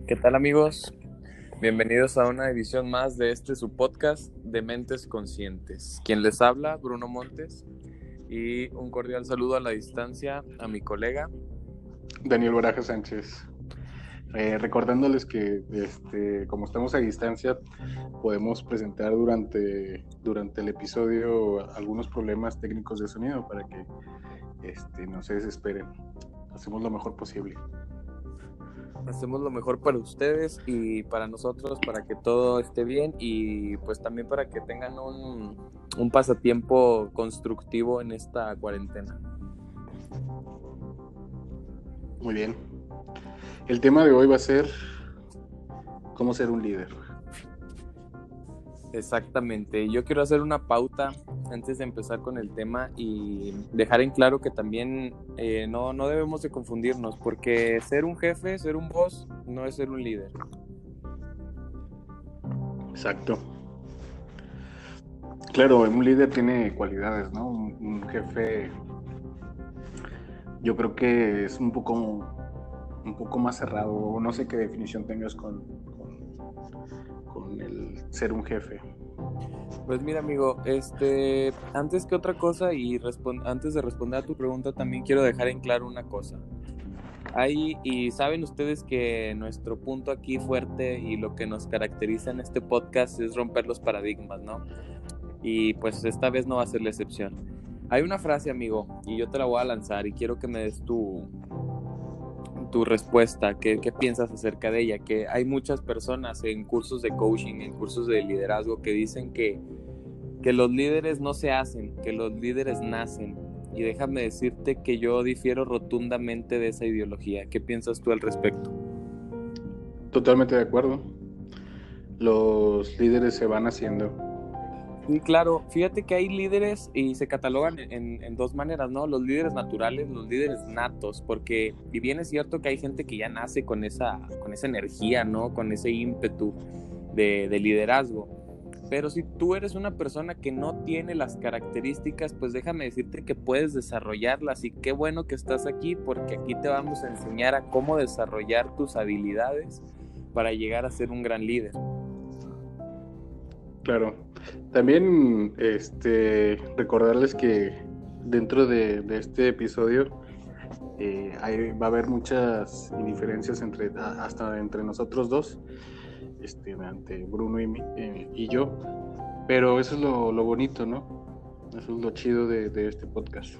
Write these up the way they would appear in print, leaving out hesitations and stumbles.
¿Qué tal, amigos? Bienvenidos a una edición más de su podcast de Mentes Conscientes. Quien les habla, Bruno Montes, y un cordial saludo a la distancia a mi colega. Daniel Baraja Sánchez. Recordándoles que como estamos a distancia, podemos presentar durante el episodio algunos problemas técnicos de sonido para que no se desesperen. Hacemos lo mejor posible. Hacemos lo mejor para ustedes y para nosotros, para que todo esté bien y pues también para que tengan un pasatiempo constructivo en esta cuarentena. Muy bien. El tema de hoy va a ser cómo ser un líder. Exactamente. Yo quiero hacer una pauta antes de empezar con el tema y dejar en claro que también no debemos de confundirnos, porque ser un jefe, ser un boss, no es ser un líder. Exacto. Claro, un líder tiene cualidades, ¿no? Un jefe, yo creo que es un poco más cerrado. No sé qué definición tengas con el ser un jefe. Pues mira, amigo, antes que otra cosa y antes de responder a tu pregunta, también quiero dejar en claro una cosa. Y saben ustedes que nuestro punto aquí fuerte y lo que nos caracteriza en este podcast es romper los paradigmas, ¿no? Y pues esta vez no va a ser la excepción. Hay una frase, amigo, y yo te la voy a lanzar y quiero que me des tu respuesta. ¿Qué piensas acerca de ella? Que hay muchas personas en cursos de coaching, en cursos de liderazgo que dicen que los líderes no se hacen, que los líderes nacen. Y déjame decirte que yo difiero rotundamente de esa ideología. ¿Qué piensas tú al respecto? Totalmente de acuerdo. Los líderes se van haciendo. Y claro, fíjate que hay líderes y se catalogan en dos maneras, ¿no? Los líderes naturales, los líderes natos, porque y bien es cierto que hay gente que ya nace con esa energía, ¿no? Con ese ímpetu de liderazgo. Pero si tú eres una persona que no tiene las características, pues déjame decirte que puedes desarrollarlas y qué bueno que estás aquí porque aquí te vamos a enseñar a cómo desarrollar tus habilidades para llegar a ser un gran líder. Claro. También recordarles que dentro de este episodio va a haber muchas diferencias hasta entre nosotros dos, entre Bruno y yo, pero eso es lo bonito, ¿no? Eso es lo chido de este podcast.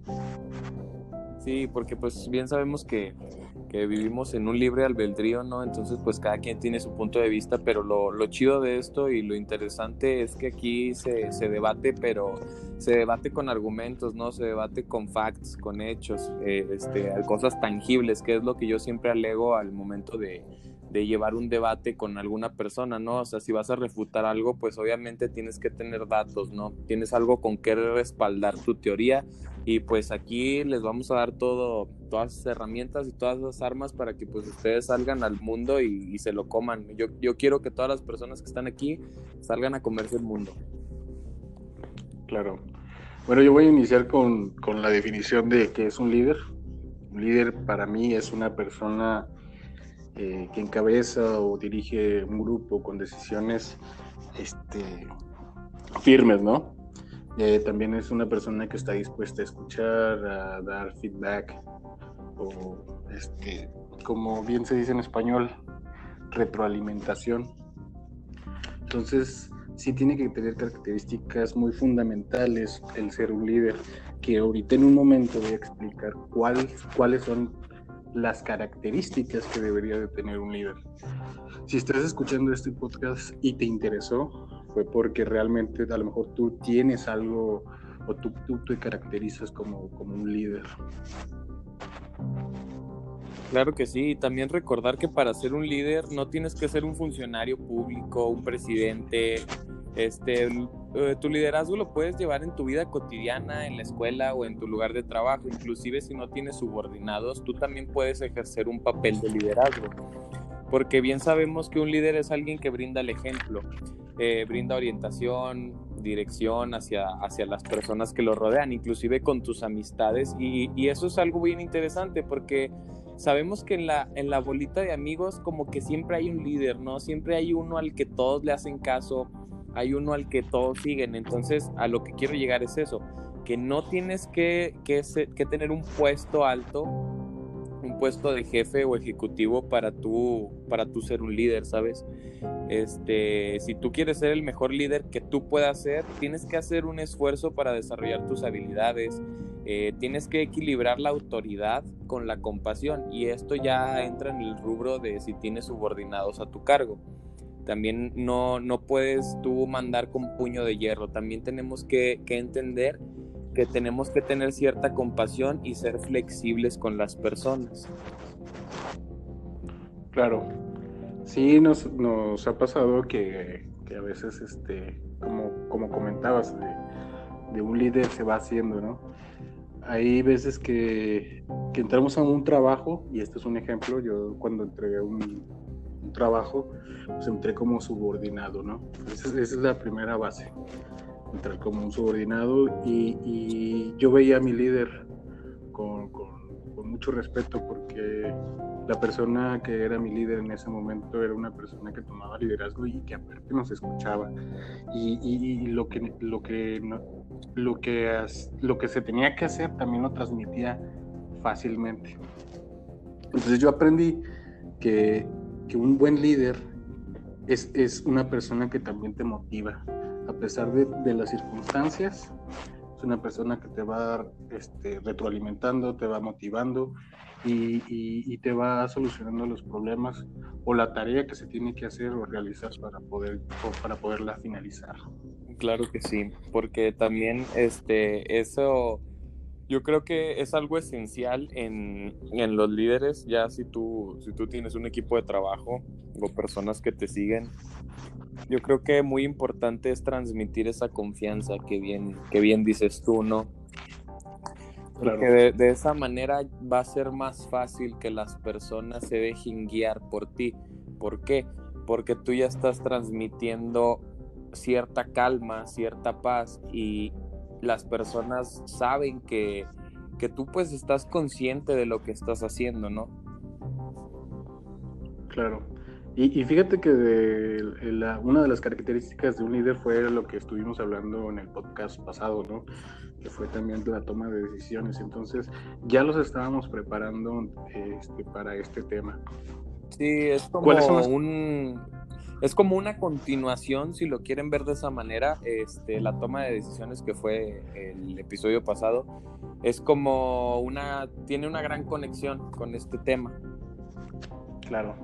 Sí, porque pues bien sabemos que vivimos en un libre albedrío, ¿no? Entonces pues cada quien tiene su punto de vista, pero lo chido de esto y lo interesante es que aquí se debate, pero se debate con argumentos, ¿no? Se debate con facts, con hechos, cosas tangibles, que es lo que yo siempre alego al momento de llevar un debate con alguna persona, ¿no? O sea, si vas a refutar algo, pues obviamente tienes que tener datos, ¿no? Tienes algo con que respaldar tu teoría y pues aquí les vamos a dar todas las herramientas y todas las armas para que pues ustedes salgan al mundo y se lo coman. Yo quiero que todas las personas que están aquí salgan a comerse el mundo. Claro. Bueno, yo voy a iniciar con la definición de qué es un líder. Un líder para mí es una persona que encabeza o dirige un grupo con decisiones firmes, ¿no? También es una persona que está dispuesta a escuchar, a dar feedback o, como bien se dice en español, retroalimentación. Entonces, sí tiene que tener características muy fundamentales el ser un líder, que ahorita en un momento voy a explicar cuáles son las características que debería de tener un líder. Si estás escuchando este podcast y te interesó, fue porque realmente a lo mejor tú tienes algo o tú te caracterizas como un líder. Claro que sí, y también recordar que para ser un líder no tienes que ser un funcionario público, un presidente. Tu liderazgo lo puedes llevar en tu vida cotidiana, en la escuela o en tu lugar de trabajo. Inclusive si no tienes subordinados, tú también puedes ejercer un papel de liderazgo. Porque bien sabemos que un líder es alguien que brinda el ejemplo, brinda orientación, dirección hacia las personas que lo rodean, inclusive con tus amistades. Y eso es algo bien interesante porque sabemos que en la bolita de amigos como que siempre hay un líder, ¿no? Siempre hay uno al que todos le hacen caso, hay uno al que todos siguen. Entonces, a lo que quiero llegar es eso, que no tienes que tener un puesto alto, un puesto de jefe o ejecutivo para tú ser un líder, ¿sabes? Si tú quieres ser el mejor líder que tú puedas ser, tienes que hacer un esfuerzo para desarrollar tus habilidades, tienes que equilibrar la autoridad con la compasión, y esto ya entra en el rubro de si tienes subordinados a tu cargo. También no puedes tú mandar con puño de hierro, también tenemos que entender que tenemos que tener cierta compasión y ser flexibles con las personas. Claro, sí nos ha pasado que a veces, como comentabas, de un líder se va haciendo, ¿no? Hay veces que entramos a un trabajo, y este es un ejemplo. Yo cuando entregué un trabajo, pues entré como subordinado, ¿no? Esa es la primera base, entrar como un subordinado, y yo veía a mi líder con mucho respeto, porque la persona que era mi líder en ese momento era una persona que tomaba liderazgo y que aparte nos escuchaba, y lo que se tenía que hacer también lo transmitía fácilmente. Entonces yo aprendí que un buen líder es una persona que también te motiva a pesar de las circunstancias. Es una persona que te va retroalimentando, te va motivando, y te va solucionando los problemas o la tarea que se tiene que hacer o realizar para poderla finalizar. Claro que sí, porque también eso yo creo que es algo esencial en los líderes. Ya si tú tienes un equipo de trabajo o personas que te siguen, yo creo que muy importante es transmitir esa confianza que bien dices tú, ¿no? Claro. Porque de esa manera va a ser más fácil que las personas se dejen guiar por ti. ¿Por qué? Porque tú ya estás transmitiendo cierta calma, cierta paz, y las personas saben que tú pues estás consciente de lo que estás haciendo, ¿no? Claro. Y fíjate que una de las características de un líder fue lo que estuvimos hablando en el podcast pasado, ¿no? Que fue también la toma de decisiones. Entonces ya los estábamos preparando para este tema. Sí, es ¿Cuáles son como una continuación, si lo quieren ver de esa manera. La toma de decisiones, que fue el episodio pasado, es como tiene una gran conexión con este tema. Claro.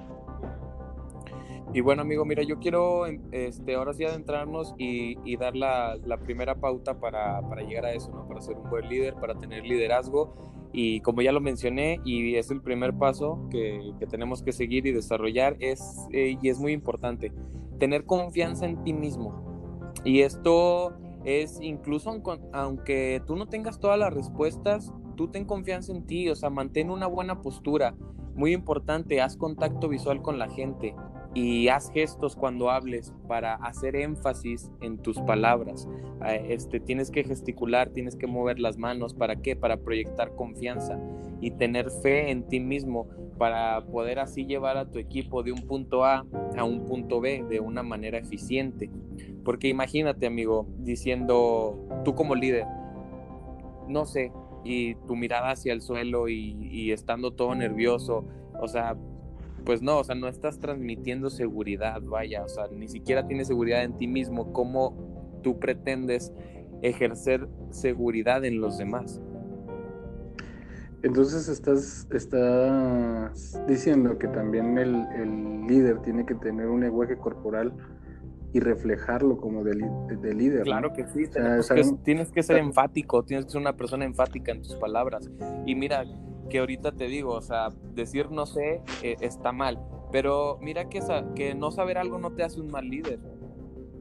Y bueno, amigo, mira, yo quiero ahora sí adentrarnos y dar la primera pauta para llegar a eso, ¿no? Para ser un buen líder, para tener liderazgo. Y como ya lo mencioné, y es el primer paso que tenemos que seguir y desarrollar, y es muy importante, tener confianza en ti mismo. Y esto es incluso aunque tú no tengas todas las respuestas, tú ten confianza en ti, o sea, mantén una buena postura. Muy importante, haz contacto visual con la gente y haz gestos cuando hables para hacer énfasis en tus palabras. Tienes que gesticular, tienes que mover las manos. ¿Para qué? Para proyectar confianza y tener fe en ti mismo, para poder así llevar a tu equipo de un punto A a un punto B de una manera eficiente. Porque imagínate, amigo, diciendo tú como líder, no sé, y tu mirada hacia el suelo y estando todo nervioso, o sea, pues no, o sea, no estás transmitiendo seguridad, vaya, o sea, ni siquiera tienes seguridad en ti mismo. ¿Cómo tú pretendes ejercer seguridad en los demás? Entonces estás diciendo que también el líder tiene que tener un lenguaje corporal y reflejarlo como de líder, Claro, ¿no? que sí, O sea, tienes que ser enfático, tienes que ser una persona enfática en tus palabras. Y mira, que ahorita te digo, o sea, decir no sé está mal, pero mira que no saber algo no te hace un mal líder.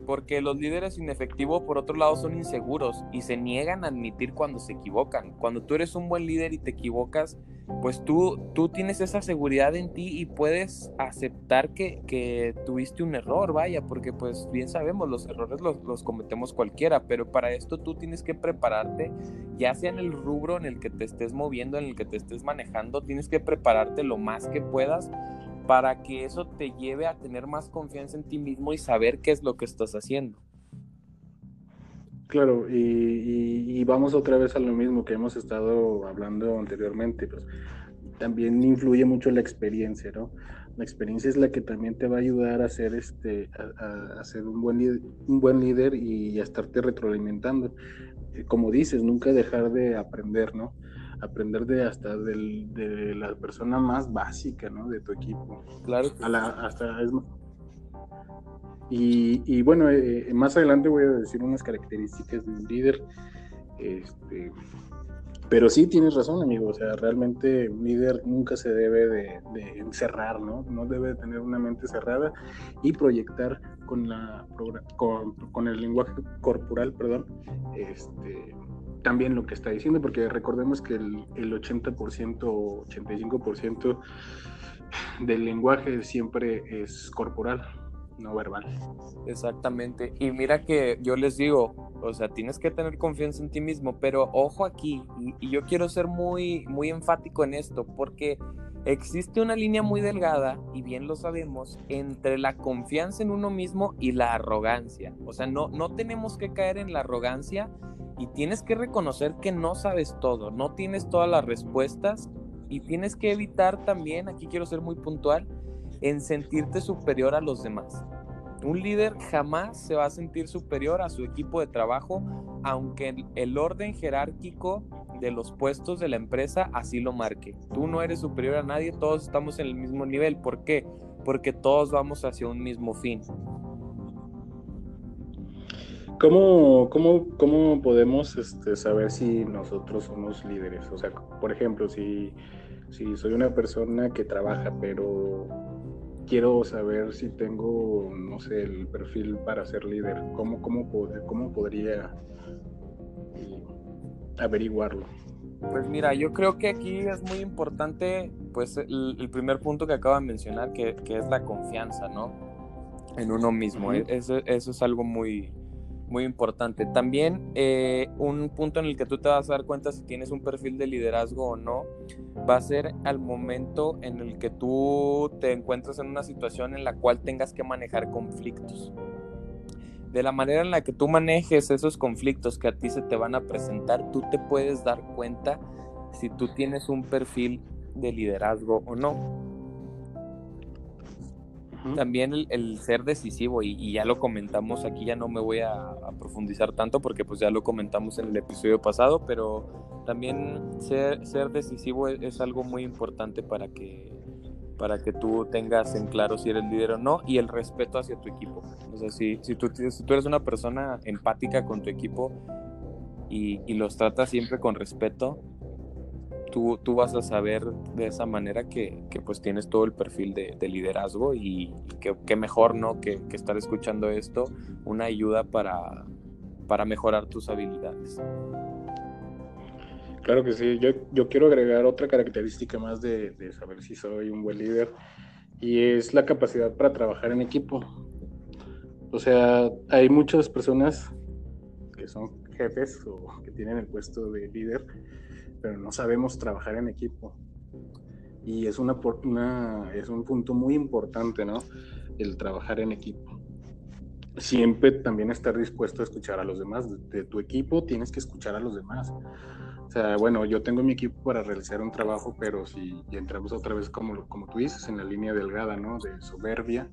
Porque los líderes inefectivos, por otro lado, son inseguros y se niegan a admitir cuando se equivocan. Cuando tú eres un buen líder y te equivocas, pues tú tienes esa seguridad en ti y puedes aceptar que tuviste un error, vaya, porque pues bien sabemos, los errores los cometemos cualquiera, pero para esto tú tienes que prepararte, ya sea en el rubro en el que te estés moviendo, en el que te estés manejando, tienes que prepararte lo más que puedas para que eso te lleve a tener más confianza en ti mismo y saber qué es lo que estás haciendo. Claro, y vamos otra vez a lo mismo que hemos estado hablando anteriormente, pues también influye mucho la experiencia, ¿no? La experiencia es la que también te va a ayudar a ser a ser un buen líder y a estarte retroalimentando. Como dices, nunca dejar de aprender, ¿no? Aprender de la persona más básica, ¿no? De tu equipo. Claro que sí. Hasta y bueno, más adelante voy a decir unas características de un líder. Pero sí tienes razón, amigo. O sea, realmente un líder nunca se debe de encerrar, ¿no? No debe de tener una mente cerrada y proyectar con el lenguaje corporal, perdón, también lo que está diciendo, porque recordemos que el 80% o 85% del lenguaje siempre es corporal, no verbal. Exactamente. Y mira que yo les digo, o sea, tienes que tener confianza en ti mismo, pero ojo aquí, y yo quiero ser muy, muy enfático en esto, porque existe una línea muy delgada, y bien lo sabemos, entre la confianza en uno mismo y la arrogancia. O sea, no tenemos que caer en la arrogancia y tienes que reconocer que no sabes todo, no tienes todas las respuestas y tienes que evitar también, aquí quiero ser muy puntual, en sentirte superior a los demás. Un líder jamás se va a sentir superior a su equipo de trabajo, aunque el orden jerárquico de los puestos de la empresa así lo marque. Tú no eres superior a nadie, todos estamos en el mismo nivel. ¿Por qué? Porque todos vamos hacia un mismo fin. ¿Cómo podemos saber si nosotros somos líderes? O sea, por ejemplo, si soy una persona que trabaja, pero quiero saber si tengo, no sé, el perfil para ser líder. ¿Cómo podría averiguarlo? Pues mira, yo creo que aquí es muy importante, pues el primer punto que acabo de mencionar, que es la confianza, ¿no? En uno mismo. Uh-huh. Eso es algo muy, muy importante. También un punto en el que tú te vas a dar cuenta si tienes un perfil de liderazgo o no, va a ser al momento en el que tú te encuentras en una situación en la cual tengas que manejar conflictos. De la manera en la que tú manejes esos conflictos que a ti se te van a presentar, tú te puedes dar cuenta si tú tienes un perfil de liderazgo o no. También el ser decisivo, y ya lo comentamos aquí, ya no me voy a profundizar tanto porque pues ya lo comentamos en el episodio pasado, pero también ser decisivo es algo muy importante para que tú tengas en claro si eres líder o no, y el respeto hacia tu equipo. O sea, si tú eres una persona empática con tu equipo y los tratas siempre con respeto, tú vas a saber de esa manera que pues tienes todo el perfil de liderazgo y que mejor, ¿no? Que estar escuchando esto, una ayuda para mejorar tus habilidades. Claro que sí, yo quiero agregar otra característica más de saber si soy un buen líder y es la capacidad para trabajar en equipo. O sea, hay muchas personas que son jefes o que tienen el puesto de líder, pero no sabemos trabajar en equipo. Y es es un punto muy importante, ¿no? El trabajar en equipo. Siempre también estar dispuesto a escuchar a los demás. De tu equipo tienes que escuchar a los demás. O sea, bueno, yo tengo mi equipo para realizar un trabajo, pero si entramos otra vez, como tú dices, en la línea delgada, ¿no? De soberbia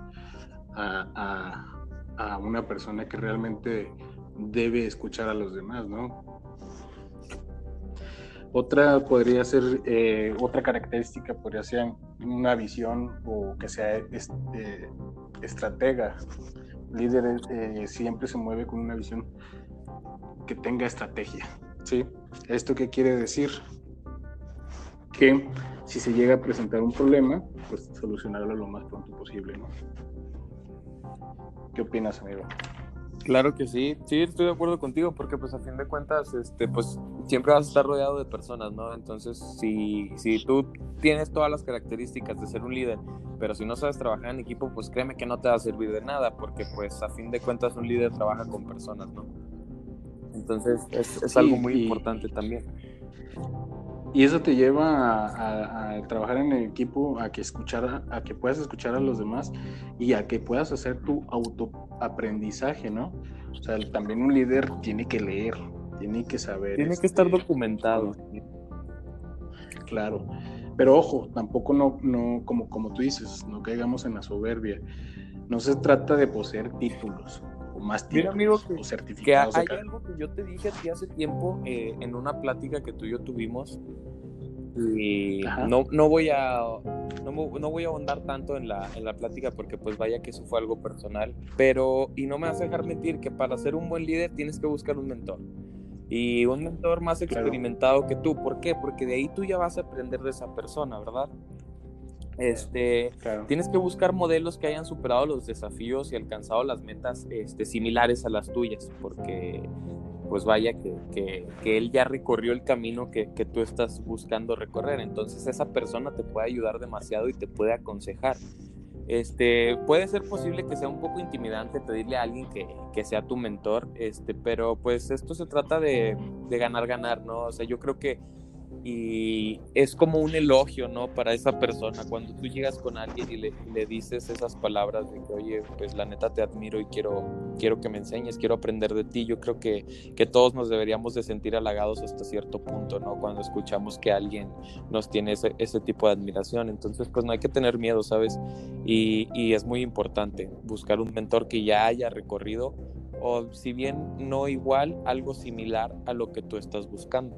a una persona que realmente debe escuchar a los demás, ¿no? Otra podría ser, otra característica podría ser una visión o que sea estratega. Líder siempre se mueve con una visión que tenga estrategia, ¿sí? ¿Esto qué quiere decir? Que si se llega a presentar un problema, pues solucionarlo lo más pronto posible, ¿no? ¿Qué opinas, amigo? Claro que sí, sí, estoy de acuerdo contigo, porque pues a fin de cuentas, pues siempre vas a estar rodeado de personas, ¿no? Entonces, si tú tienes todas las características de ser un líder, pero si no sabes trabajar en equipo, pues créeme que no te va a servir de nada, porque pues a fin de cuentas un líder trabaja con personas, ¿no? Entonces, es algo Sí, muy importante también. y eso te lleva a trabajar en el equipo, a que puedas escuchar a los demás y a que puedas hacer tu autoaprendizaje, ¿no? O sea, también un líder tiene que leer, tiene que saber, Tiene que estar documentado. claro. Pero ojo, tampoco no como tú dices, no caigamos en la soberbia. No se trata de poseer títulos, o más Mira, amigo, títulos, o que certificados hay acá. algo que yo te dije a ti hace tiempo en una plática que tú y yo tuvimos. Y Ajá, no voy a ahondar tanto en la plática porque pues vaya que eso fue algo personal, pero y no me vas a dejar mentir que para ser un buen líder tienes que buscar un mentor y un mentor más claro, experimentado que tú. ¿Por qué? Porque de ahí tú ya vas a aprender de esa persona, ¿verdad? claro. Tienes que buscar modelos que hayan superado los desafíos y alcanzado las metas similares a las tuyas, porque pues vaya que él ya recorrió el camino que tú estás buscando recorrer. Entonces esa persona te puede ayudar demasiado y te puede aconsejar. Puede ser posible que sea un poco intimidante pedirle a alguien que sea tu mentor, pero pues esto se trata de ganar, ganar, ¿no? O sea, yo creo que y es como un elogio, ¿no? Para esa persona, cuando tú llegas con alguien y le dices esas palabras de que, oye, pues la neta te admiro y quiero que me enseñes, quiero aprender de ti. Yo creo que todos nos deberíamos de sentir halagados hasta cierto punto, ¿no? Cuando escuchamos que alguien nos tiene ese tipo de admiración. Entonces, pues no hay que tener miedo, ¿sabes? Y es muy importante buscar un mentor que ya haya recorrido, o si bien no igual, algo similar a lo que tú estás buscando.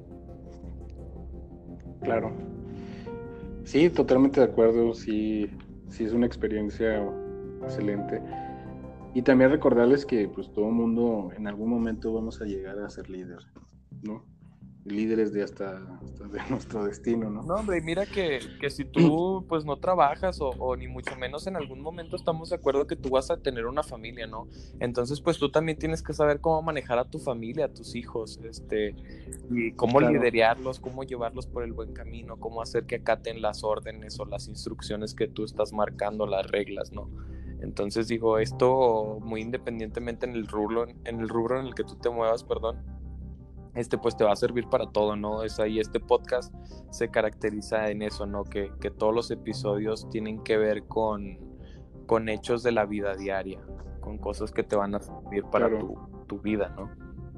Claro. Sí, totalmente de acuerdo. Sí, sí es una experiencia excelente. Y también recordarles que pues todo mundo en algún momento vamos a llegar a ser líder, ¿no? Líderes de hasta de nuestro destino, ¿no? No, hombre, y mira que si tú pues no trabajas o ni mucho menos en algún momento estamos de acuerdo que tú vas a tener una familia, ¿no? Entonces pues tú también tienes que saber cómo manejar a tu familia, a tus hijos, y cómo Claro, liderarlos, cómo llevarlos por el buen camino, cómo hacer que acaten las órdenes o las instrucciones que tú estás marcando, las reglas, ¿no? Entonces digo, esto muy independientemente en el rubro en el que tú te muevas, perdón, pues te va a servir para todo, ¿no? Y este podcast se caracteriza en eso, ¿no? Que todos los episodios tienen que ver con hechos de la vida diaria, con cosas que te van a servir para claro. tu vida, ¿no?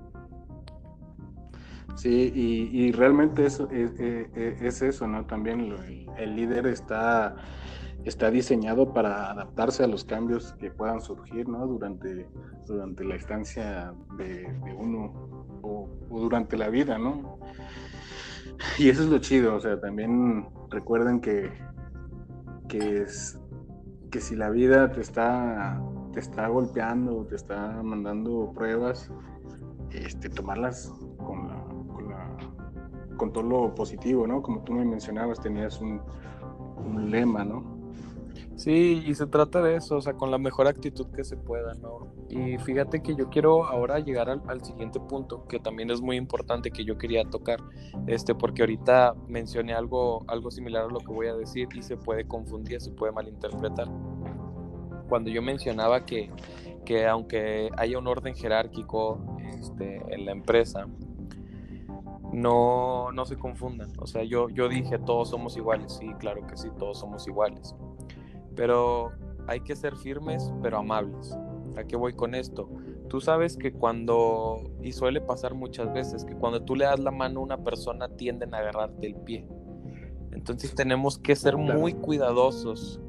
Sí, y realmente eso es eso, ¿no? También el líder está diseñado para adaptarse a los cambios que puedan surgir, ¿no? Durante la estancia de uno o durante la vida, ¿no? Y eso es lo chido, o sea, también recuerden que, es, que si la vida te está golpeando, te está mandando pruebas, tomarlas con todo lo positivo, ¿no? Como tú me mencionabas, tenías un lema, ¿no? Sí, y se trata de eso, o sea, con la mejor actitud que se pueda, ¿no? Y fíjate que yo quiero ahora llegar al siguiente punto, que también es muy importante que yo quería tocar, porque ahorita mencioné algo similar a lo que voy a decir y se puede confundir, se puede malinterpretar. Cuando yo mencionaba que aunque haya un orden jerárquico en la empresa, no se confundan. O sea, yo dije todos somos iguales, sí, claro que sí, todos somos iguales. Pero hay que ser firmes, pero amables. ¿A qué voy con esto? Tú sabes que y suele pasar muchas veces, que cuando tú le das la mano a una persona tienden a agarrarte el pie. Entonces tenemos que ser Claro, muy cuidadosos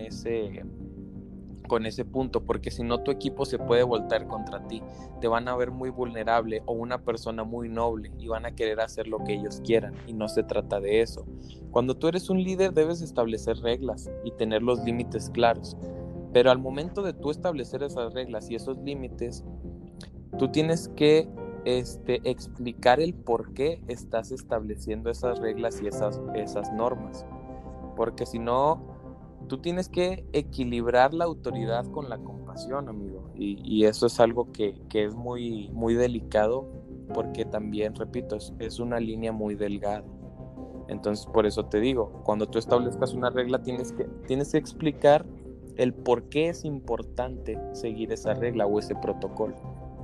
con ese punto, porque si no tu equipo se puede voltar contra ti, te van a ver muy vulnerable o una persona muy noble y van a querer hacer lo que ellos quieran y no se trata de eso. Cuando tú eres un líder debes establecer reglas y tener los límites claros, pero al momento de tú establecer esas reglas y esos límites, tú tienes que explicar el por qué estás estableciendo esas reglas y esas normas, porque si no tú tienes que equilibrar la autoridad con la compasión. información, amigo, y eso es algo que es muy, muy delicado, porque también, repito, es una línea muy delgada. Entonces, por eso te digo, cuando tú establezcas una regla, tienes que explicar el por qué es importante seguir esa regla o ese protocolo.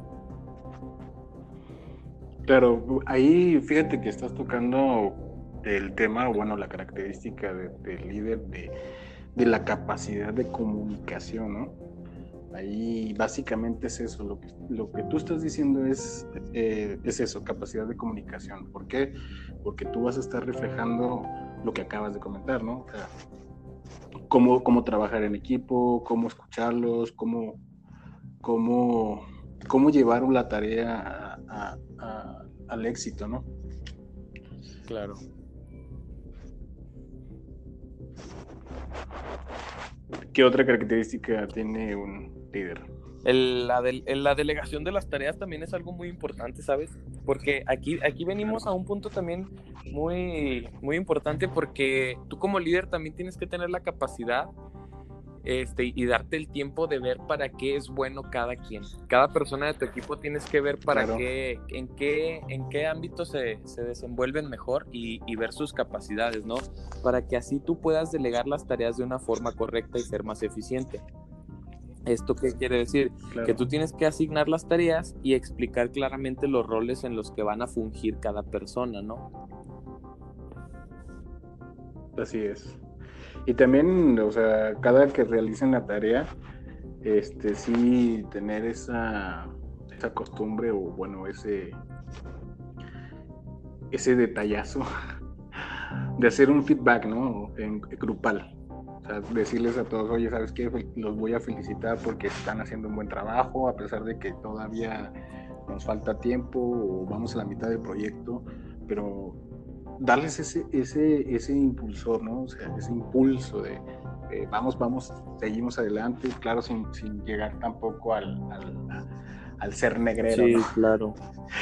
Claro, ahí fíjate que estás tocando el tema, o bueno, la característica del líder, de la capacidad de comunicación, ¿no? Ahí básicamente es eso, lo que tú estás diciendo es eso, capacidad de comunicación. ¿Por qué? Porque tú vas a estar reflejando lo que acabas de comentar, ¿no? O sea, cómo trabajar en equipo, cómo escucharlos, cómo, cómo llevar la tarea al éxito, ¿no? Claro. ¿Qué otra característica tiene un líder? La delegación de las tareas también es algo muy importante, ¿sabes? Porque aquí venimos a un punto también muy, muy importante, porque tú como líder también tienes que tener la capacidad y darte el tiempo de ver para qué es bueno cada quien. Cada persona de tu equipo tienes que ver para Claro. en qué ámbito se desenvuelven mejor y ver sus capacidades, ¿no? Para que así tú puedas delegar las tareas de una forma correcta y ser más eficiente. ¿Esto qué quiere decir? Claro. Que tú tienes que asignar las tareas y explicar claramente los roles en los que van a fungir cada persona, ¿no? Así es. Y también, o sea, cada que realicen la tarea, sí tener esa costumbre, o bueno, ese detallazo de hacer un feedback, ¿no? Grupal. O sea, decirles a todos, oye, ¿sabes qué? Los voy a felicitar porque están haciendo un buen trabajo, a pesar de que todavía nos falta tiempo o vamos a la mitad del proyecto, pero darles ese impulsor, ¿no? O sea, ese impulso de vamos, seguimos adelante, claro, sin llegar tampoco al ser negrero, Sí, ¿no? claro.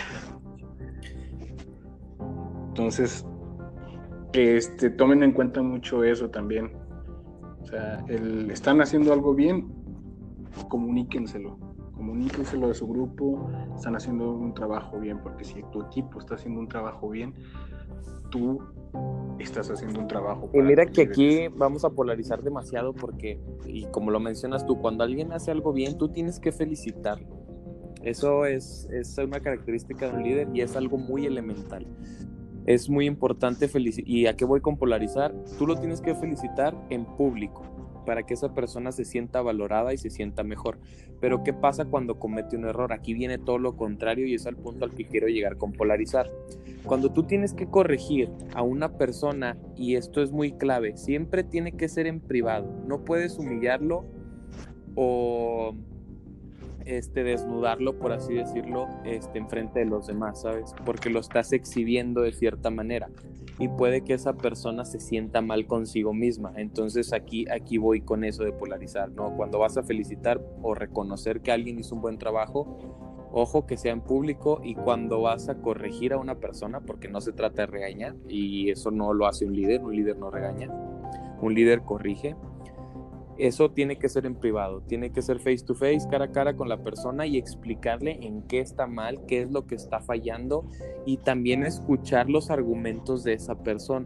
Entonces, tomen en cuenta mucho eso también. O sea, están haciendo algo bien, comuníquenselo a su grupo, están haciendo un trabajo bien, porque si tu equipo está haciendo un trabajo bien, tú estás haciendo un trabajo Y para mira tus que líderes. aquí vamos a polarizar demasiado porque, y como lo mencionas tú, cuando alguien hace algo bien, tú tienes que felicitarlo. Eso es una característica de un líder y es algo muy elemental. Es muy importante felicitar. ¿Y a qué voy con polarizar? Tú lo tienes que felicitar en público para que esa persona se sienta valorada y se sienta mejor. Pero ¿qué pasa cuando comete un error? Aquí viene todo lo contrario y es al punto al que quiero llegar con polarizar. Cuando tú tienes que corregir a una persona, y esto es muy clave, siempre tiene que ser en privado. No puedes humillarlo o desnudarlo, por así decirlo, enfrente de los demás, ¿sabes? Porque lo estás exhibiendo de cierta manera y puede que esa persona se sienta mal consigo misma. Entonces aquí voy con eso de polarizar, ¿no? Cuando vas a felicitar o reconocer que alguien hizo un buen trabajo, ojo que sea en público, y cuando vas a corregir a una persona, porque no se trata de regañar, y eso no lo hace un líder no regaña, un líder corrige. Eso tiene que ser en privado, tiene que ser face to face, cara a cara con la persona, y explicarle en qué está mal, qué es lo que está fallando, y también escuchar los argumentos de esa persona.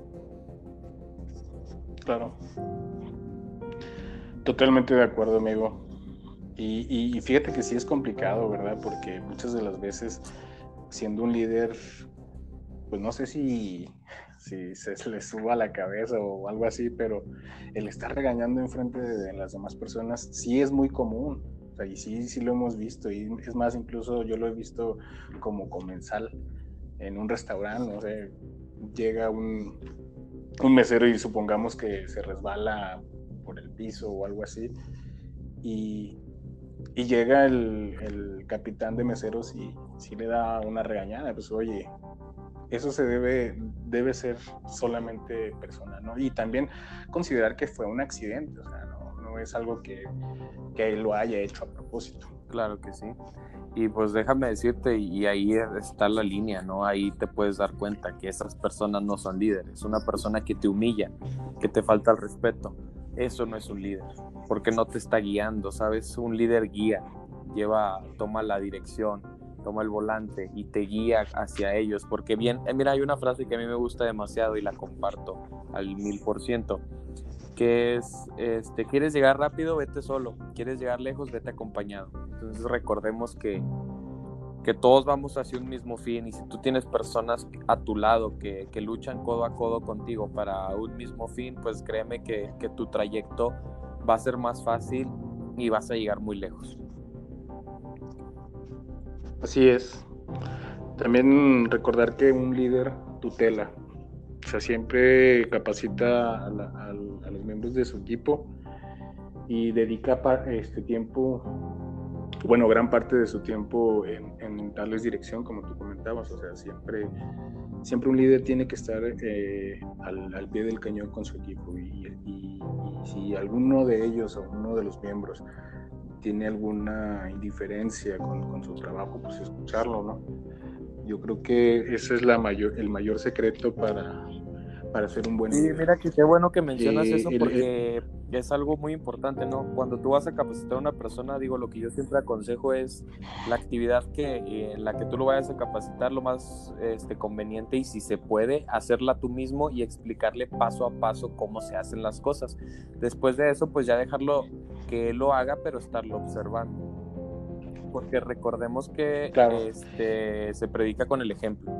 Claro. Totalmente de acuerdo, amigo. Y fíjate que sí es complicado, ¿verdad? Porque muchas de las veces, siendo un líder, pues no sé si se les suba a la cabeza o algo así, pero el estar regañando enfrente de las demás personas sí es muy común. O sea, y sí lo hemos visto. Y es más, incluso yo lo he visto como comensal en un restaurante. No sé, llega un mesero y supongamos que se resbala por el piso o algo así. Y llega el capitán de meseros y sí le da una regañada. Pues oye, eso debe ser solamente personal, ¿no? Y también considerar que fue un accidente, o sea, no es algo que él lo haya hecho a propósito. Claro que sí. Y pues déjame decirte, y ahí está la línea, ¿no? Ahí te puedes dar cuenta que esas personas no son líderes. Una persona que te humilla, que te falta el respeto, eso no es un líder, porque no te está guiando, ¿sabes? Un líder guía, toma la dirección, toma el volante y te guía hacia ellos, porque bien, mira, hay una frase que a mí me gusta demasiado y la comparto al 1000%, que es, ¿quieres llegar rápido? Vete solo, ¿quieres llegar lejos? Vete acompañado. Entonces recordemos que todos vamos hacia un mismo fin, y si tú tienes personas a tu lado que luchan codo a codo contigo para un mismo fin, pues créeme que tu trayecto va a ser más fácil y vas a llegar muy lejos. Así es. También recordar que un líder tutela, o sea, siempre capacita a los miembros de su equipo y dedica tiempo, bueno, gran parte de su tiempo en darles dirección, como tú comentabas. O sea, siempre un líder tiene que estar al pie del cañón con su equipo, y si alguno de ellos o uno de los miembros tiene alguna indiferencia con su trabajo, pues escucharlo, ¿no? Yo creo que ese es el mayor secreto para ser un buen Sí, líder. mira que qué bueno que mencionas eso, porque es algo muy importante, ¿no? Cuando tú vas a capacitar a una persona, digo, lo que yo siempre aconsejo es la actividad en la que tú lo vayas a capacitar, lo más conveniente, y si se puede, hacerla tú mismo y explicarle paso a paso cómo se hacen las cosas. Después de eso, pues ya dejarlo que él lo haga, pero estarlo observando. Porque recordemos que Claro. se predica con el ejemplo.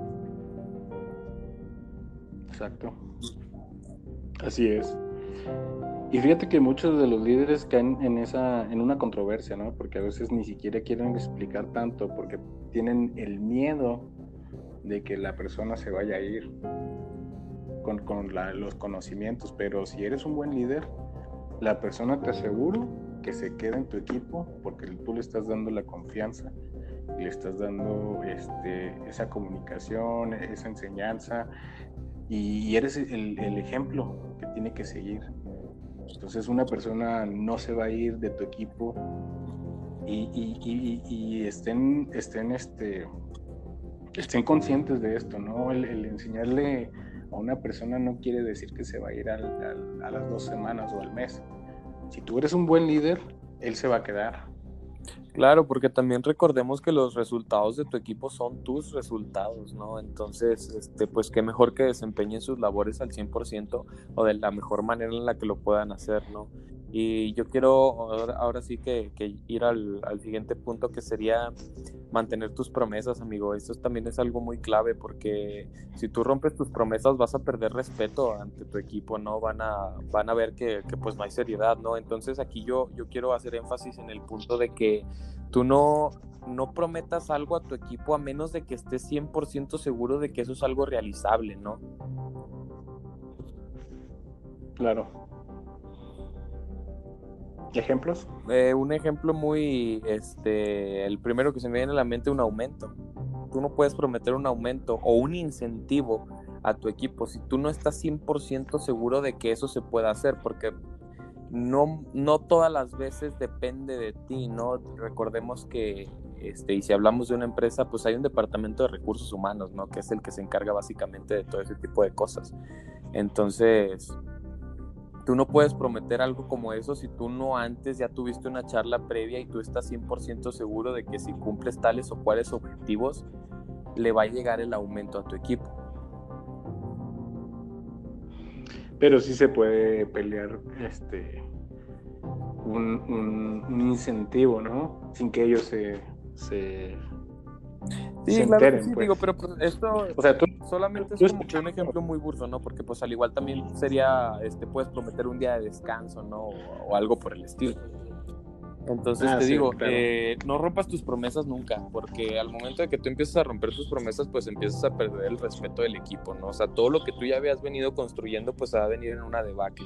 Exacto. Así es. Y fíjate que muchos de los líderes caen en una controversia, ¿no? Porque a veces ni siquiera quieren explicar tanto, porque tienen el miedo de que la persona se vaya a ir con los conocimientos. Pero si eres un buen líder, la persona, te aseguro que se queda en tu equipo, porque tú le estás dando la confianza y le estás dando esa comunicación, esa enseñanza, y eres el ejemplo que tiene que seguir. Entonces una persona no se va a ir de tu equipo, y estén conscientes de esto, ¿no? El enseñarle a una persona no quiere decir que se va a ir a las 2 semanas o al mes. Si tú eres un buen líder, él se va a quedar. Claro, porque también recordemos que los resultados de tu equipo son tus resultados, ¿no? Entonces, pues qué mejor que desempeñen sus labores al 100% o de la mejor manera en la que lo puedan hacer, ¿no? Y yo quiero ahora sí que ir al siguiente punto, que sería mantener tus promesas, amigo. Esto también es algo muy clave, porque si tú rompes tus promesas vas a perder respeto ante tu equipo, ¿no? Van a ver que pues no hay seriedad, ¿no? Entonces aquí yo quiero hacer énfasis en el punto de que tú no prometas algo a tu equipo a menos de que estés 100% seguro de que eso es algo realizable, ¿no? Claro. ¿Ejemplos? Un ejemplo muy, el primero que se me viene a la mente, un aumento. Tú no puedes prometer un aumento o un incentivo a tu equipo si tú no estás 100% seguro de que eso se pueda hacer, porque no todas las veces depende de ti, ¿no? Recordemos que, y si hablamos de una empresa, pues hay un departamento de recursos humanos, ¿no? Que es el que se encarga básicamente de todo ese tipo de cosas. Entonces, tú no puedes prometer algo como eso si tú no antes ya tuviste una charla previa y tú estás 100% seguro de que si cumples tales o cuales objetivos, le va a llegar el aumento a tu equipo. Pero sí se puede pelear un incentivo, ¿no? Sin que ellos se Sí, claro enteren, que sí, pues. digo, pero pues esto O sea, solamente es como que un ejemplo muy burdo, ¿no? Porque pues al igual también sería, puedes prometer un día de descanso, ¿no? O algo por el estilo. Entonces te sí, digo, claro. no rompas tus promesas nunca, porque al momento de que tú empiezas a romper tus promesas, pues empiezas a perder el respeto del equipo, ¿no? O sea, todo lo que tú ya habías venido construyendo, pues va a venir en una debacle.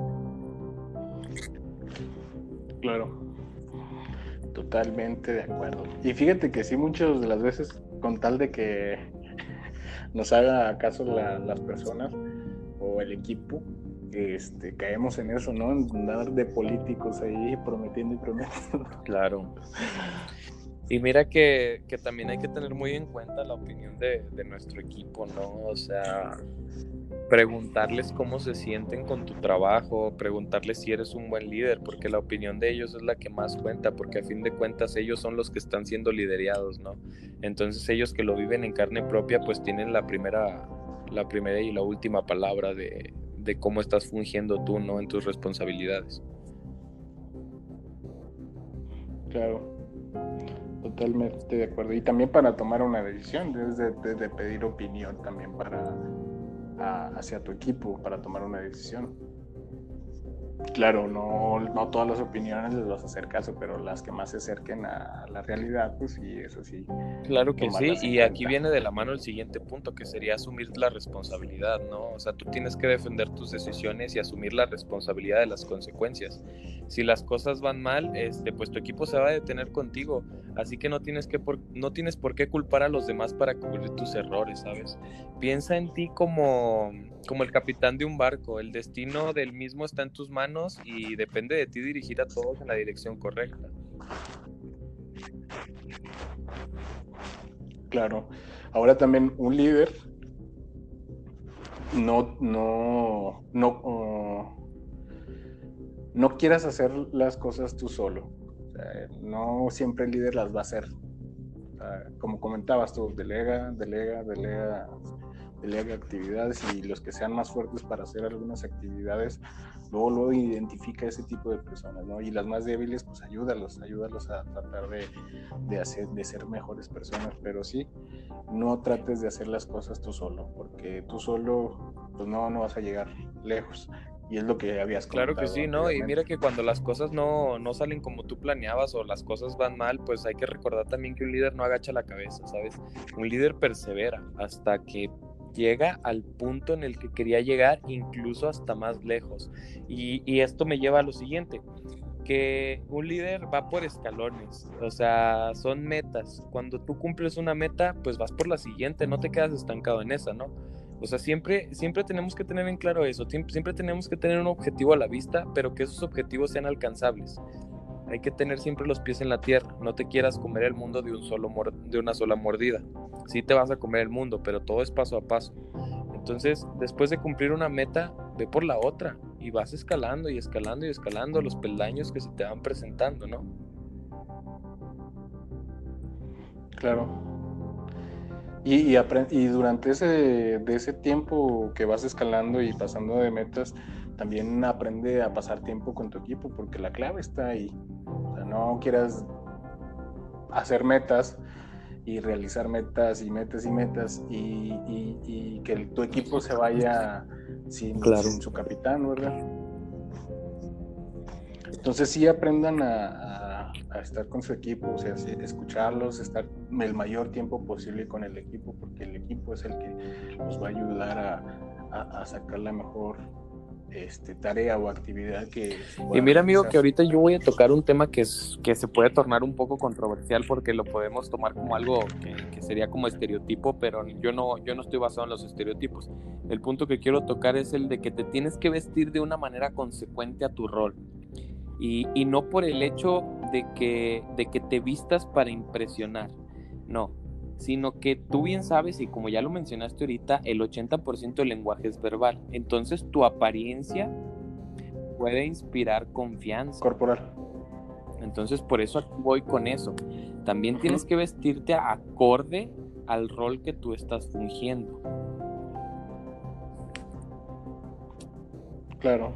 Claro. Totalmente de acuerdo. Y fíjate que sí, muchas de las veces, con tal de que nos haga caso las personas o el equipo, caemos en eso, ¿no? En andar de políticos ahí prometiendo y prometiendo. Claro. Y mira que también hay que tener muy en cuenta la opinión de nuestro equipo, ¿no? O sea, preguntarles cómo se sienten con tu trabajo, preguntarles si eres un buen líder, porque la opinión de ellos es la que más cuenta, porque a fin de cuentas ellos son los que están siendo liderados, ¿no? Entonces ellos que lo viven en carne propia, pues tienen la primera y la última palabra de cómo estás fungiendo tú, ¿no? En tus responsabilidades. Claro, totalmente de acuerdo. Y también para tomar una decisión, debes de pedir opinión también hacia tu equipo para tomar una decisión. Claro, no todas las opiniones les vas a hacer caso, pero las que más se acerquen a la realidad, pues sí, eso sí, Claro que sí, tomarlas en y aquí cuenta. viene de la mano el siguiente punto, que sería asumir la responsabilidad, ¿no? O sea, tú tienes que defender tus decisiones y asumir la responsabilidad de las consecuencias. Si las cosas van mal, pues tu equipo se va a detener contigo, así que no tienes por qué culpar a los demás para cubrir tus errores, ¿sabes? Piensa en ti como el capitán de un barco, el destino del mismo está en tus manos y depende de ti dirigir a todos en la dirección correcta. Claro. Ahora también un líder no, no, no, no quieras hacer las cosas tú solo. O sea, no siempre el líder las va a hacer. O sea, como comentabas tú, delega actividades, y los que sean más fuertes para hacer algunas actividades, luego identifica ese tipo de personas, ¿no? Y las más débiles, pues ayúdalos a tratar de ser mejores personas, pero sí, no trates de hacer las cosas tú solo, porque tú solo, pues no vas a llegar lejos. Y es lo que habías Claro que comentado sí, ¿no? Y anteriormente. mira que cuando las cosas no salen como tú planeabas o las cosas van mal, pues hay que recordar también que un líder no agacha la cabeza, ¿sabes? Un líder persevera hasta que llega al punto en el que quería llegar, incluso hasta más lejos. Y esto me lleva a lo siguiente, que un líder va por escalones, o sea, son metas. Cuando tú cumples una meta, pues vas por la siguiente, no te quedas estancado en esa, ¿no? O sea, siempre tenemos que tener en claro eso, siempre tenemos que tener un objetivo a la vista, pero que esos objetivos sean alcanzables. Hay que tener siempre los pies en la tierra, no te quieras comer el mundo de una sola mordida. Sí te vas a comer el mundo, pero todo es paso a paso. Entonces, después de cumplir una meta, ve por la otra y vas escalando y escalando y escalando los peldaños que se te van presentando, ¿no? Claro. Y durante de ese tiempo que vas escalando y pasando de metas, también aprende a pasar tiempo con tu equipo, porque la clave está ahí. O sea, no quieras hacer metas y realizar metas y metas y metas y que tu equipo se vaya Claro. sin su capitán, ¿verdad? Entonces sí aprendan a estar con su equipo, o sea, sí, escucharlos, estar el mayor tiempo posible con el equipo, porque el equipo es el que los va a ayudar a sacar la mejor tarea o actividad que se Y pueda mira, amigo, realizar. que ahorita yo voy a tocar un tema que se puede tornar un poco controversial porque lo podemos tomar como algo que sería como estereotipo, pero yo no estoy basado en los estereotipos. El punto que quiero tocar es el de que te tienes que vestir de una manera consecuente a tu rol. Y no por el hecho de que te vistas para impresionar, no, sino que tú bien sabes, y como ya lo mencionaste ahorita, el 80% del lenguaje es verbal. Entonces tu apariencia puede inspirar confianza. Corporal. Entonces por eso aquí voy con eso. También tienes que vestirte acorde al rol que tú estás fungiendo. Claro.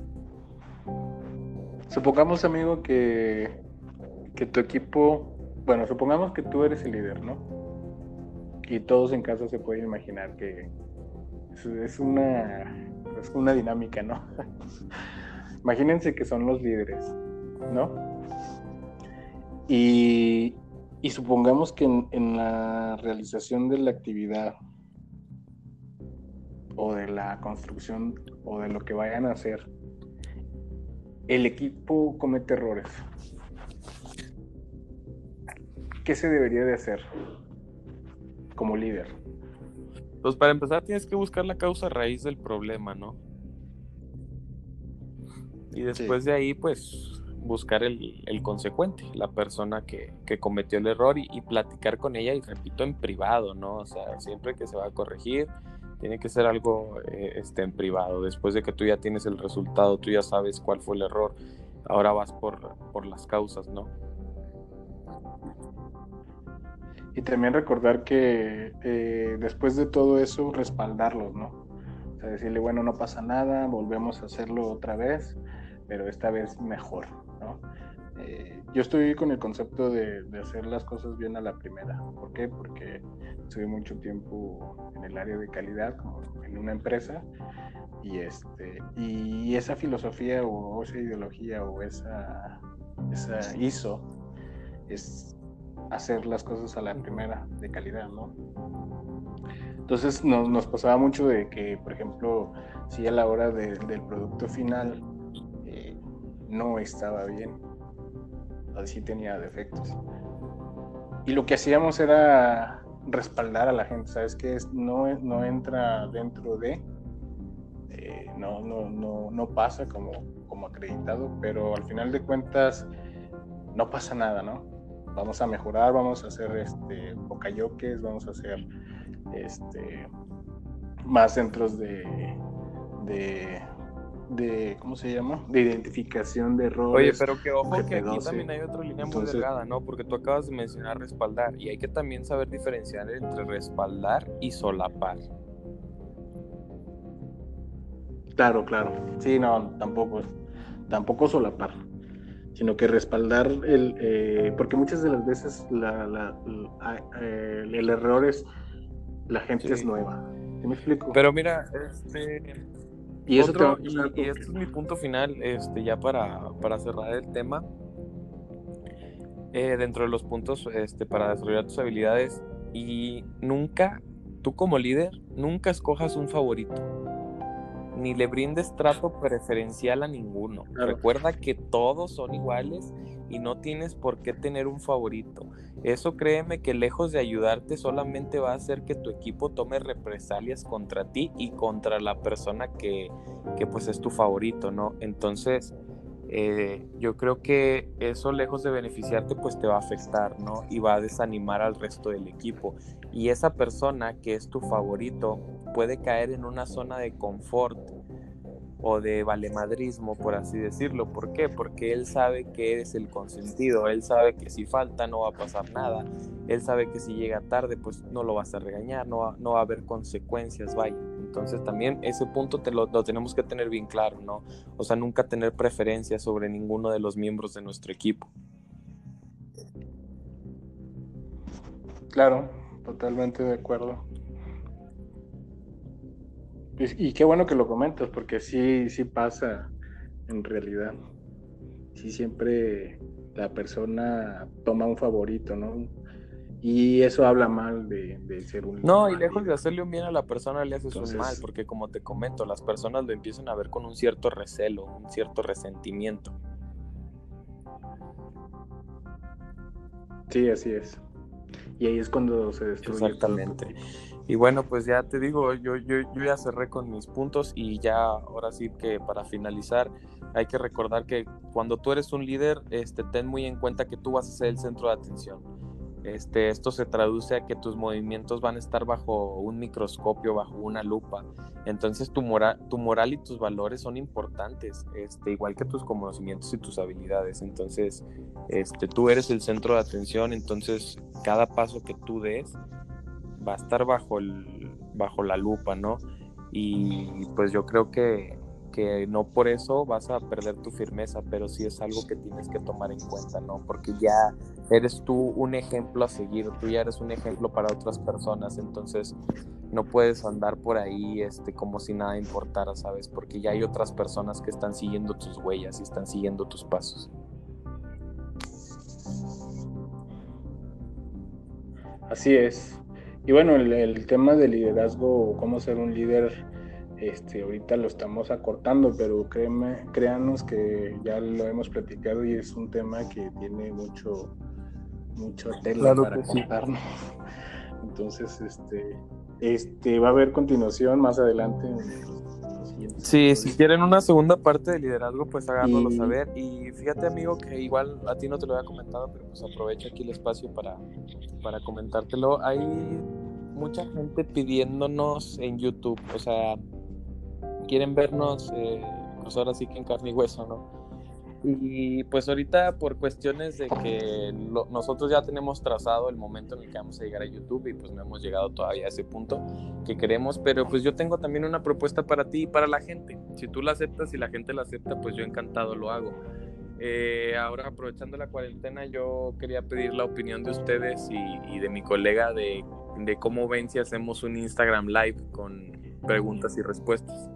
Supongamos, amigo, que tu equipo, bueno, supongamos que tú eres el líder, ¿no? Y todos en casa se pueden imaginar que es una dinámica, ¿no? Imagínense que son los líderes, ¿no? Y, y supongamos que en la realización de la actividad o de la construcción o de lo que vayan a hacer, el equipo comete errores. ¿Qué se debería de hacer como líder? Pues para empezar tienes que buscar la causa raíz del problema, ¿no? Y Sí. después de ahí, pues buscar el consecuente, la persona que cometió el error y platicar con ella, y repito, en privado, ¿no? O sea, siempre que se va a corregir, tiene que ser algo en privado. Después de que tú ya tienes el resultado, tú ya sabes cuál fue el error, ahora vas por las causas, ¿no? Y también recordar que después de todo eso, respaldarlos, ¿no? O sea, decirle, bueno, no pasa nada, volvemos a hacerlo otra vez, pero esta vez mejor, ¿no? Yo estoy con el concepto de hacer las cosas bien a la primera. ¿Por qué? Porque estuve mucho tiempo en el área de calidad, como en una empresa, y esa filosofía o esa ideología o esa ISO es hacer las cosas a la primera de calidad, ¿no? Entonces nos pasaba mucho de que, por ejemplo, si a la hora del producto final no estaba bien, así tenía defectos. Y lo que hacíamos era respaldar a la gente, ¿sabes qué? No entra dentro de, no pasa como acreditado, pero al final de cuentas no pasa nada, ¿no? Vamos a mejorar, vamos a hacer bocayoques, vamos a hacer más centros de ¿cómo se llama? De identificación de errores. Oye, pero que ojo que aquí GP12. también hay otra línea muy Entonces, delgada, ¿no? Porque tú acabas de mencionar respaldar, y hay que también saber diferenciar entre respaldar y solapar. claro. Sí, no, tampoco solapar, sino que respaldar porque muchas de las veces el error es la gente es nueva. ¿Sí me explico? Pero mira, Y eso te va a y pasar este es mi punto final, ya para cerrar el tema. Dentro de los puntos para desarrollar tus habilidades, y nunca, tú como líder, nunca escojas un favorito, ni le brindes trato preferencial a ninguno. Claro. Recuerda que todos son iguales y no tienes por qué tener un favorito. Eso, créeme, que lejos de ayudarte, solamente va a hacer que tu equipo tome represalias contra ti y contra la persona que pues es tu favorito, ¿no? Entonces, yo creo que eso, lejos de beneficiarte, pues te va a afectar, ¿no? Y va a desanimar al resto del equipo. Y esa persona que es tu favorito puede caer en una zona de confort o de valemadrismo, por así decirlo. ¿Por qué? Porque él sabe que eres el consentido, él sabe que si falta no va a pasar nada, él sabe que si llega tarde pues no lo vas a regañar, no va a haber consecuencias, vaya. Entonces también ese punto lo tenemos que tener bien claro, ¿no? O sea, nunca tener preferencia sobre ninguno de los miembros de nuestro equipo. Claro, totalmente de acuerdo. Y qué bueno que lo comentas, porque sí pasa en realidad. Sí, siempre la persona toma un favorito, ¿no? Y eso habla mal de ser un No, y líder. lejos de hacerle un bien a la persona, le haces un mal, Entonces, porque como te comento, las personas lo empiezan a ver con un cierto recelo, un cierto resentimiento. sí, así es. Y ahí es cuando se destruye Exactamente. todo tu equipo. Y bueno, pues ya te digo, yo ya cerré con mis puntos, y ya ahora sí que para finalizar hay que recordar que cuando tú eres un líder, ten muy en cuenta que tú vas a ser el centro de atención. Esto se traduce a que tus movimientos van a estar bajo un microscopio, bajo una lupa. Entonces tu moral y tus valores son importantes, igual que tus conocimientos y tus habilidades. Entonces, tú eres el centro de atención, entonces cada paso que tú des va a estar bajo la lupa, ¿no? Y pues yo creo que no por eso vas a perder tu firmeza, pero sí es algo que tienes que tomar en cuenta, ¿no? Porque ya eres tú un ejemplo a seguir, tú ya eres un ejemplo para otras personas, entonces no puedes andar por ahí como si nada importara, ¿sabes? Porque ya hay otras personas que están siguiendo tus huellas y están siguiendo tus pasos. Así es. Y bueno, el tema del liderazgo, cómo ser un líder, ahorita lo estamos acortando, pero créanos que ya lo hemos platicado y es un tema que tiene mucho tela Claro para que sí. contarnos. Entonces, va a haber continuación más adelante en los siguientes Sí, si episodios. quieren una segunda parte de liderazgo, pues háganoslo Y- saber. Y fíjate, amigo, que igual a ti no te lo había comentado, pero pues aprovecho aquí el espacio para comentártelo. Hay mucha gente pidiéndonos en YouTube, o sea, quieren vernos, pues ahora sí que en carne y hueso, ¿no? Y pues ahorita por cuestiones de que nosotros ya tenemos trazado el momento en el que vamos a llegar a YouTube y pues no hemos llegado todavía a ese punto que queremos, pero pues yo tengo también una propuesta para ti y para la gente. Si tú la aceptas y la gente la acepta, pues yo encantado lo hago. Ahora aprovechando la cuarentena, yo quería pedir la opinión de ustedes y de mi colega de cómo ven si hacemos un Instagram Live con preguntas y respuestas.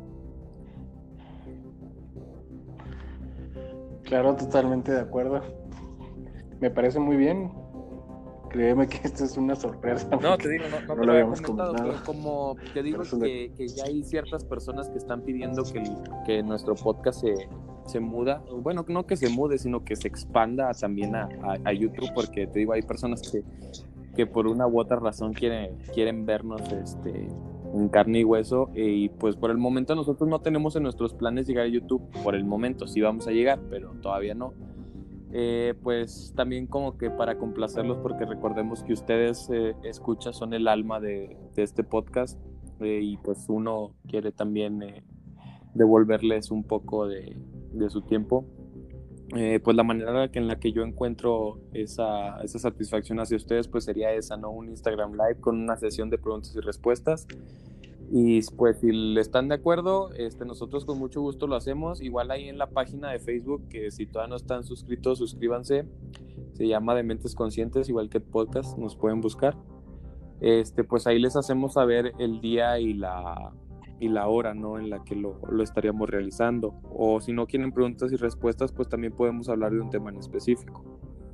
Claro, totalmente de acuerdo. Me parece muy bien. Créeme que esto es una sorpresa. No, te digo, no no te lo lo había habíamos comentado, comentado. pero como te digo Por eso que ya hay ciertas personas que están pidiendo que nuestro podcast se muda, bueno, no que se mude, sino que se expanda también a YouTube, porque te digo, hay personas que por una u otra razón quieren vernos en carne y hueso, y pues por el momento nosotros no tenemos en nuestros planes llegar a YouTube, por el momento sí vamos a llegar, pero todavía no. Pues también como que para complacerlos, porque recordemos que ustedes escuchan, son el alma de este podcast, y pues uno quiere también devolverles un poco de su tiempo. Pues la manera en la que yo encuentro esa satisfacción hacia ustedes pues sería esa, ¿no? Un Instagram Live con una sesión de preguntas y respuestas. Y pues si están de acuerdo, nosotros con mucho gusto lo hacemos. Igual ahí en la página de Facebook, que si todavía no están suscritos, suscríbanse. Se llama Dementes Conscientes, igual que el podcast, nos pueden buscar. Pues ahí les hacemos saber el día y la hora, ¿no? En la que lo estaríamos realizando. O si no quieren preguntas y respuestas, pues también podemos hablar de un tema en específico.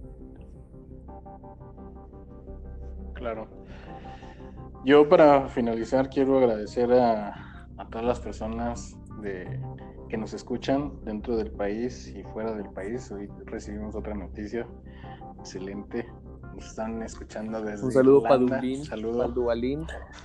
Claro. Yo para finalizar quiero agradecer a todas las personas que nos escuchan dentro del país y fuera del país. Hoy recibimos otra noticia excelente. Nos están escuchando desde Un saludo para Irlanda. Dublín, Saludo. para Duvalín.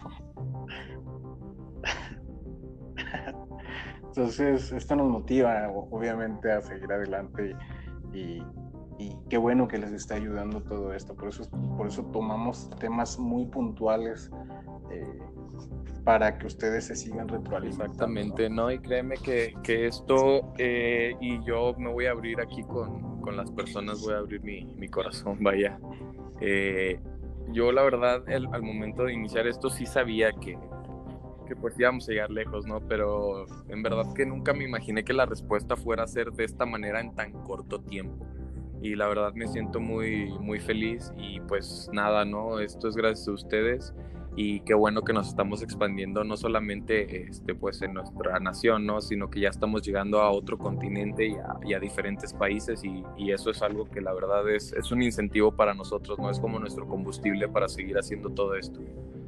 Entonces, esto nos motiva obviamente a seguir adelante y qué bueno que les está ayudando todo esto. Por eso tomamos temas muy puntuales para que ustedes se sigan retroalimentando. Exactamente, ¿no? Y créeme que esto, y yo me voy a abrir aquí con las personas, voy a abrir mi corazón, vaya. Yo la verdad, al momento de iniciar esto sí sabía que pues íbamos a llegar lejos, ¿no? Pero en verdad que nunca me imaginé que la respuesta fuera a ser de esta manera en tan corto tiempo. Y la verdad me siento muy, muy feliz y pues nada, ¿no? Esto es gracias a ustedes y qué bueno que nos estamos expandiendo no solamente pues en nuestra nación, ¿no? Sino que ya estamos llegando a otro continente y a diferentes países y eso es algo que la verdad es un incentivo para nosotros, ¿no? Es como nuestro combustible para seguir haciendo todo esto.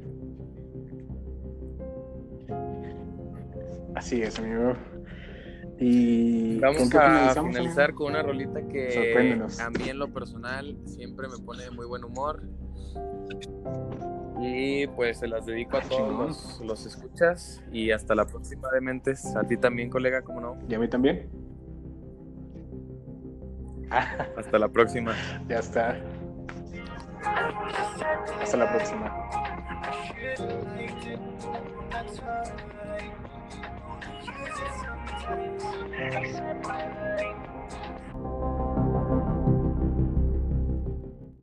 Así es, amigo. Y vamos a finalizar amigo? con una rolita que Sorpréndenos. a mí en lo personal siempre me pone de muy buen humor y pues se las dedico a todos los escuchas y hasta la próxima, Dementes. A ti también, colega, ¿cómo no? ¿Y a mí también? Hasta la próxima. Ya está. Hasta la próxima.